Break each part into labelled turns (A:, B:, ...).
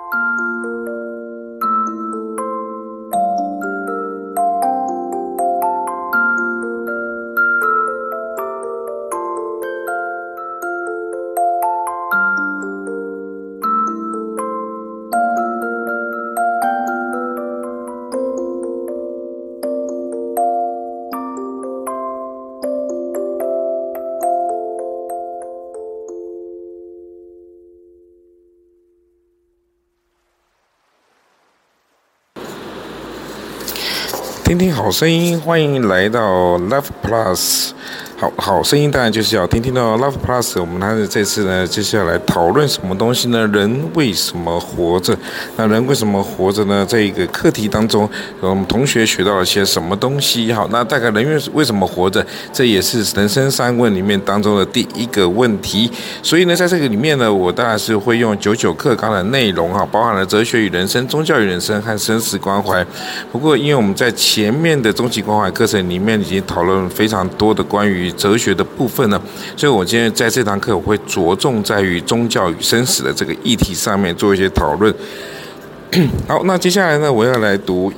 A: 听听好声音，欢迎来到 Love Plus。好声音当然就是要听到 Love Plus。我们这次呢，就是要来讨论什么东西呢？人为什么活着？那人为什么活着呢？这一个课题当中，我们同学学到了些什么东西？好，那大概人为什么活着？这也是人生三问里面当中的第一个问题。所以呢，在这个里面呢，我当然是会用99课纲的内容哈，包含了哲学与人生、宗教与人生和生死关怀。不过，因为我们在前面的终极关怀课程里面已经讨论非常多的关于哲学的部分呢，所以我今天在这堂课我会着重在于宗教与生死的这个议题上面做一些讨论。好，那接下来呢，我要来读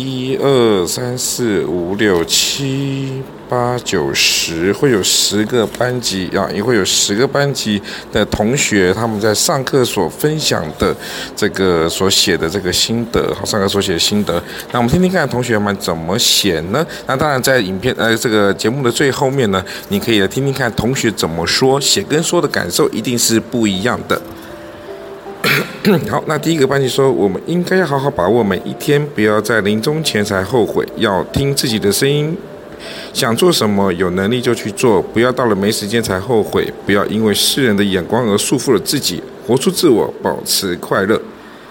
A: 1、2、3、4、5、6、7、8、9、10，会有10个班级啊，也会有10个班级的同学他们在上课所分享的这个所写的这个心得，好，上课所写的心得。那我们听听看同学们怎么写呢？那当然在影片这个节目的最后面呢，你可以来听听看同学怎么说，写跟说的感受一定是不一样的。好，那第一个班级说，我们应该要好好把握每一天，不要在临终前才后悔，要听自己的声音，想做什么有能力就去做，不要到了没时间才后悔，不要因为世人的眼光而束缚了自己，活出自我，保持快乐。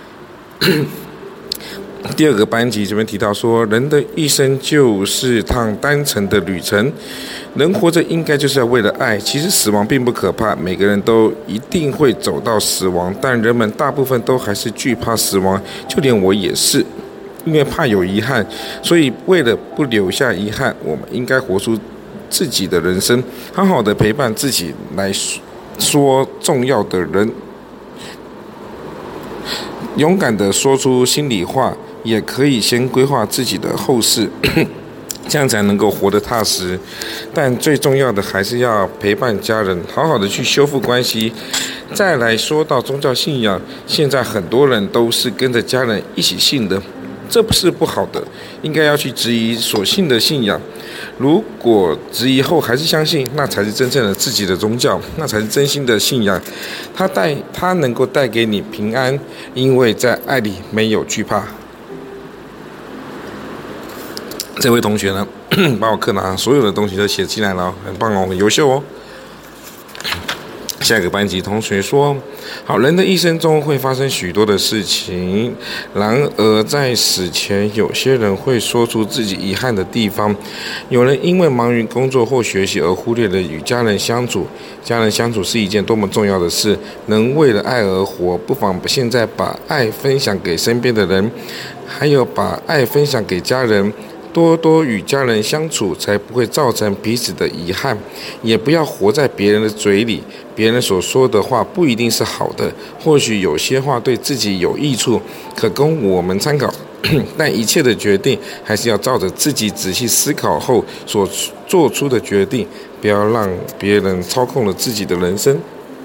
A: 第二个班级这边提到说，人的一生就是趟单程的旅程，人活着应该就是要为了爱。其实死亡并不可怕，每个人都一定会走到死亡，但人们大部分都还是惧怕死亡，就连我也是，因为怕有遗憾，所以为了不留下遗憾，我们应该活出自己的人生，好好的陪伴自己来说重要的人，勇敢的说出心里话，也可以先规划自己的后事，这样才能够活得踏实。但最重要的还是要陪伴家人，好好的去修复关系。再来说到宗教信仰，现在很多人都是跟着家人一起信的，这不是不好的，应该要去质疑所信的信仰。如果质疑后还是相信，那才是真正的自己的宗教，那才是真心的信仰。它能够带给你平安，因为在爱里没有惧怕。这位同学呢，把我课堂所有的东西都写进来了，很棒哦，很优秀哦。下一个班级同学说，好，人的一生中会发生许多的事情，然而在死前，有些人会说出自己遗憾的地方。有人因为忙于工作或学习而忽略了与家人相处。家人相处是一件多么重要的事，能为了爱而活，不妨现在把爱分享给身边的人，还有把爱分享给家人。多多与家人相处，才不会造成彼此的遗憾。也不要活在别人的嘴里，别人所说的话不一定是好的，或许有些话对自己有益处，可供我们参考。但一切的决定还是要照着自己仔细思考后所做出的决定，不要让别人操控了自己的人生。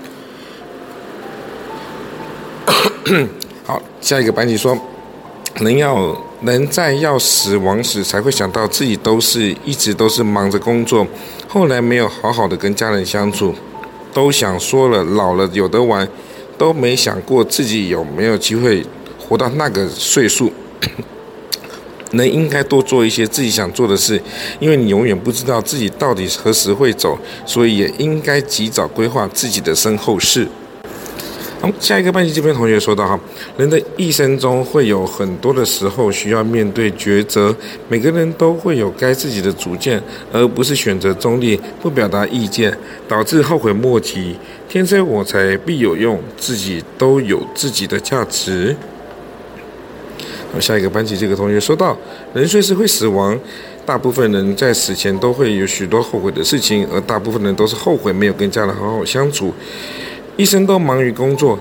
A: 好，下一个班级说，人在要死亡时才会想到自己一直都是忙着工作，后来没有好好的跟家人相处，都想说了老了有得玩，都没想过自己有没有机会活到那个岁数。人应该多做一些自己想做的事，因为你永远不知道自己到底何时会走，所以也应该及早规划自己的身后事。好，下一个班级这边同学说到，人的一生中会有很多的时候需要面对抉择，每个人都会有该自己的主见，而不是选择中立，不表达意见，导致后悔莫及。天生我材必有用，自己都有自己的价值。好，下一个班级这个同学说到，人虽是会死亡，大部分人在死前都会有许多后悔的事情，而大部分人都是后悔没有跟家人好好相处。一生都忙于工作，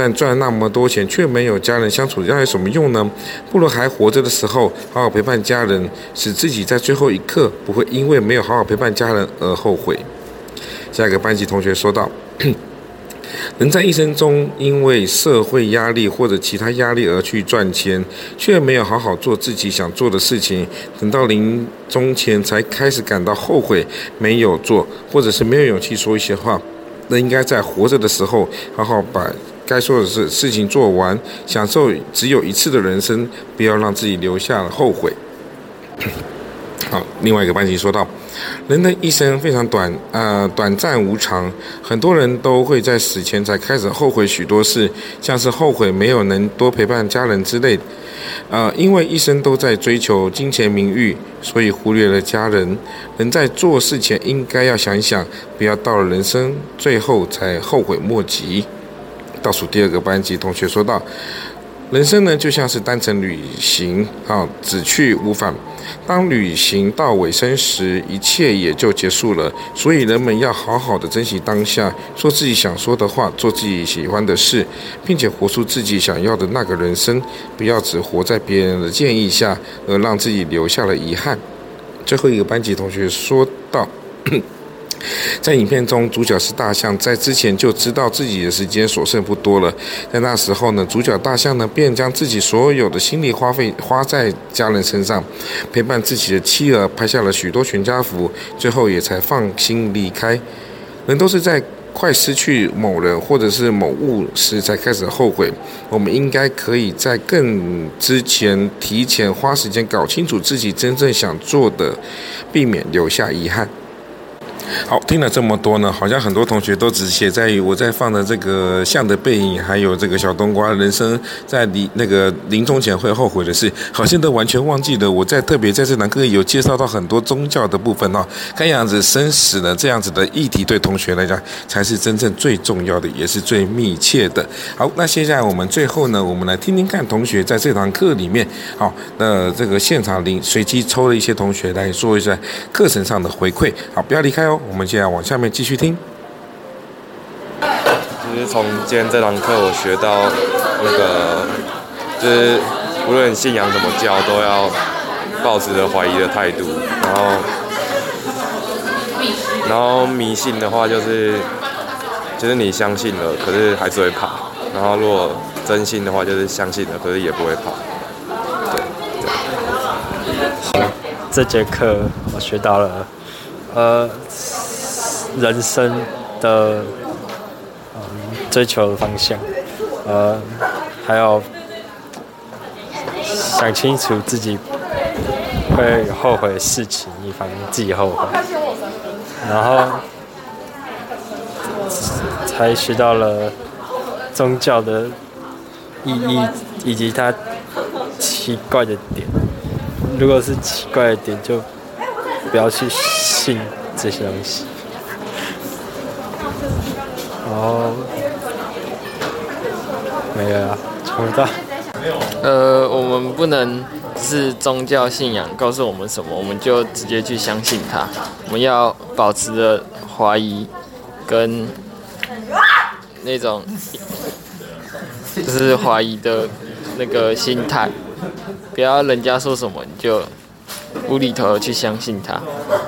A: 但赚那么多钱却没有家人相处，要有什么用呢？不如还活着的时候好好陪伴家人，使自己在最后一刻不会因为没有好好陪伴家人而后悔。下一个班级同学说道。人在一生中因为社会压力或者其他压力而去赚钱，却没有好好做自己想做的事情，等到临终前才开始感到后悔没有做，或者是没有勇气说一些话。那应该在活着的时候好好把该说的事情做完，享受只有一次的人生，不要让自己留下了后悔。好，另外一个班级说到，人的一生非常短暂无常，很多人都会在死前才开始后悔许多事，像是后悔没有能多陪伴家人之类的。因为一生都在追求金钱名誉，所以忽略了家人。人在做事前应该要想一想，不要到了人生最后才后悔莫及。倒数第二个班级同学说道，人生呢就像是单程旅行，只去无返。当旅行到尾声时，一切也就结束了。所以人们要好好的珍惜当下，说自己想说的话，做自己喜欢的事，并且活出自己想要的那个人生，不要只活在别人的建议下，而让自己留下了遗憾。最后一个班级同学说道。在影片中，主角是大象，在之前就知道自己的时间所剩不多了。在那时候呢，主角大象呢便将自己所有的心力花在家人身上，陪伴自己的妻儿，拍下了许多全家福，最后也才放心离开。人都是在快失去某人或者是某物时才开始后悔，我们应该可以在更之前提前花时间搞清楚自己真正想做的，避免留下遗憾。好，听了这么多呢，好像很多同学都只写在于我在放的这个象的背影，还有这个小冬瓜人生在临终前会后悔的事，好像都完全忘记了。我特别在这堂课有介绍到很多宗教的部分哦，看样子生死呢这样子的议题对同学来讲才是真正最重要的，也是最密切的。好，那接下来我们最后呢，我们来听听看同学在这堂课里面，好，那这个现场随机抽了一些同学来说一下课程上的回馈。好，不要离开哦。我们接下来往下面继续听。
B: 就是从今天这堂课，我学到就是无论信仰怎么教，都要抱持着怀疑的态度。然后迷信的话，就是你相信了，可是还是会怕。然后如果真心的话，就是相信了，可是也不会怕。对。
C: 这节课我学到了。人生的追求的方向，还有想清楚自己会后悔的事情，以防自己后悔。然后才学到了宗教的意义以及它奇怪的点。如果是奇怪的点，就不要去信这些东西。然后没了啦，听不到。
D: 我们不能是宗教信仰告诉我们什么，我们就直接去相信它。我们要保持着怀疑跟那种就是怀疑的那个心态，不要人家说什么你就无厘头的去相信他。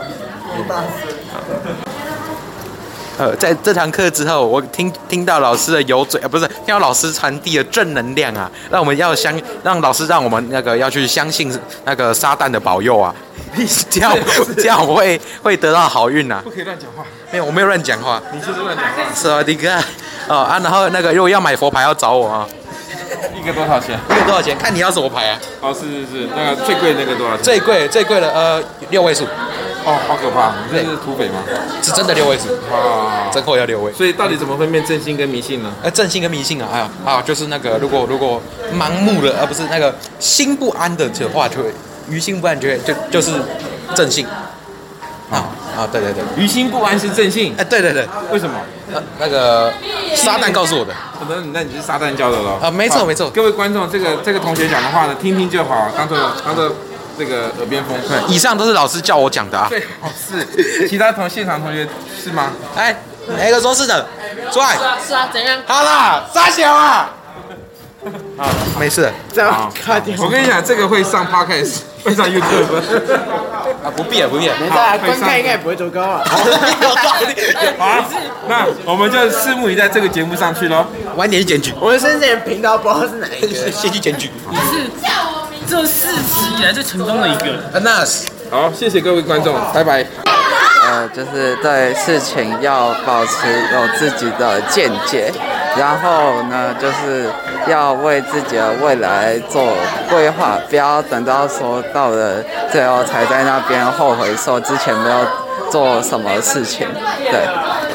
E: 在这堂课之后，我听到老师的油嘴不是听到老师传递的正能量啊，让我们要让老师让我们要去相信那个撒旦的保佑啊，这样我们会得到好运啊。
A: 不可以乱讲话。
E: 没有，我没有乱讲话。
A: 你就是乱讲话。
E: 是啊，你看然后如果要买佛牌要找我啊。
A: 一个多少钱？
E: 一个多少钱？看你要什么牌啊？
A: 是，那个最贵那个多少钱？
E: 最贵的6位数。
A: 哦，好可怕！你这是土匪吗？
E: 是真的6位数。哇，真货要6位。
A: 所以到底怎么分辨正信跟迷信呢？
E: 正信跟迷信啊，就是如果盲目的，而不是心不安的话，就会于心不安，就是正信。对，
A: 于心不安是正信。
E: 对，
A: 为什么？
E: 撒旦告诉我的。
A: 那你是撒旦教的咯？
E: 没错。
A: 各位观众，这个同学讲的话呢，听听就好，当做这个耳边风。
E: 以上都是老师叫我讲的啊。
A: 最好是其他现场同学是吗？
E: 哪个说是的？帅。
D: 是啊，怎样？
E: 好啦，傻小啊。好，没事。
F: 这样快点。
A: 我跟你讲，这个会上 podcast， 会上 YouTube。
E: 啊，不必了，不必了。
F: 没事啊，观看应该也不会走高啊。
A: 好，那我们就拭目以待这个节目上去喽。
E: 晚点去检举。
F: 我们深圳频道不知道是哪一个。
E: 先去检举。
G: 这4次以来最成功的一个。
E: Anas。
A: 好，谢谢各位观众，拜拜。
H: 就是对事情要保持有自己的见解，然后呢，就是要为自己的未来做规划，不要等到说到了最后才在那边后悔说之前没有做什么事情。对。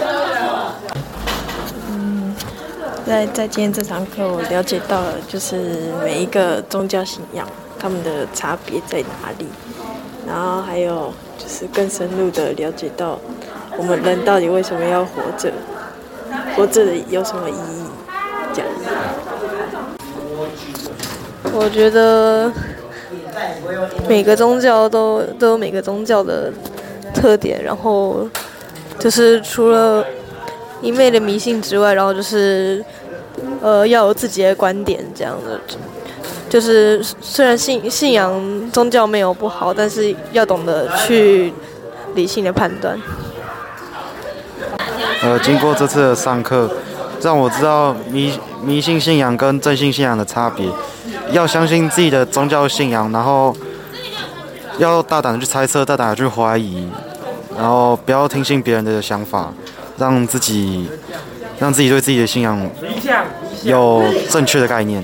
I: 在今天这堂课，我了解到了，就是每一个宗教信仰他们的差别在哪里，然后还有就是更深入的了解到我们人到底为什么要活着，活着有什么意义，这样。
J: 我觉得每个宗教都有每个宗教的特点，然后就是除了一昧的迷信之外，然后就是要有自己的观点这样的。就是虽然信仰宗教没有不好，但是要懂得去理性的判断。
K: 经过这次的上课，让我知道迷信信仰跟正信信仰的差别。要相信自己的宗教信仰，然后要大胆的去猜测，大胆的去怀疑，然后不要听信别人的想法，让自己对自己的信仰有正确的概念。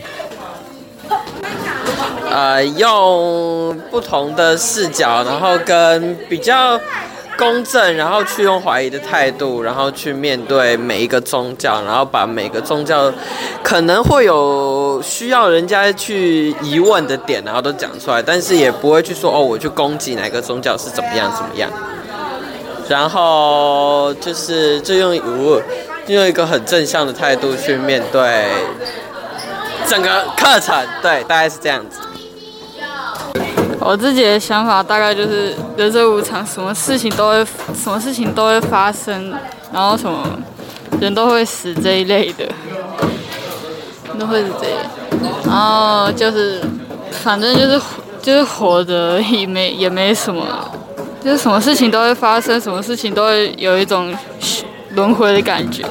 D: 用不同的视角，然后跟比较公正，然后去用怀疑的态度，然后去面对每一个宗教，然后把每个宗教可能会有需要人家去疑问的点，然后都讲出来，但是也不会去说我去攻击哪个宗教是怎么样。然后就用一个很正向的态度去面对整个课程，对，大概是这样子。
L: 我自己的想法大概就是人生无常，什么事情都会发生，然后什么人都会死这一类的，都会是这样。然后就是反正就是活着也没什么，就是什么事情都会发生，什么事情都会有一种轮回的感觉。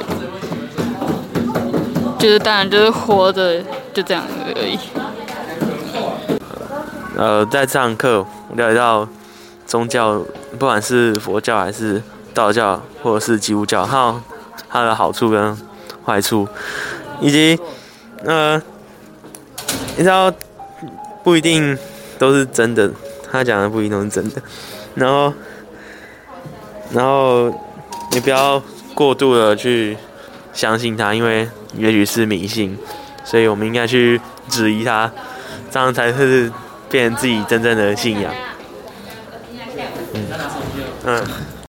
L: 就是当然就是活着就这样而已。
B: 在这堂课我了解到宗教，不管是佛教还是道教或者是基督教，它的好处跟坏处，以及你知道不一定都是真的，他讲的不一定都是真的，然后你不要过度的去相信它，因为也许是迷信，所以我们应该去质疑它，这样才是变成自己真正的信仰。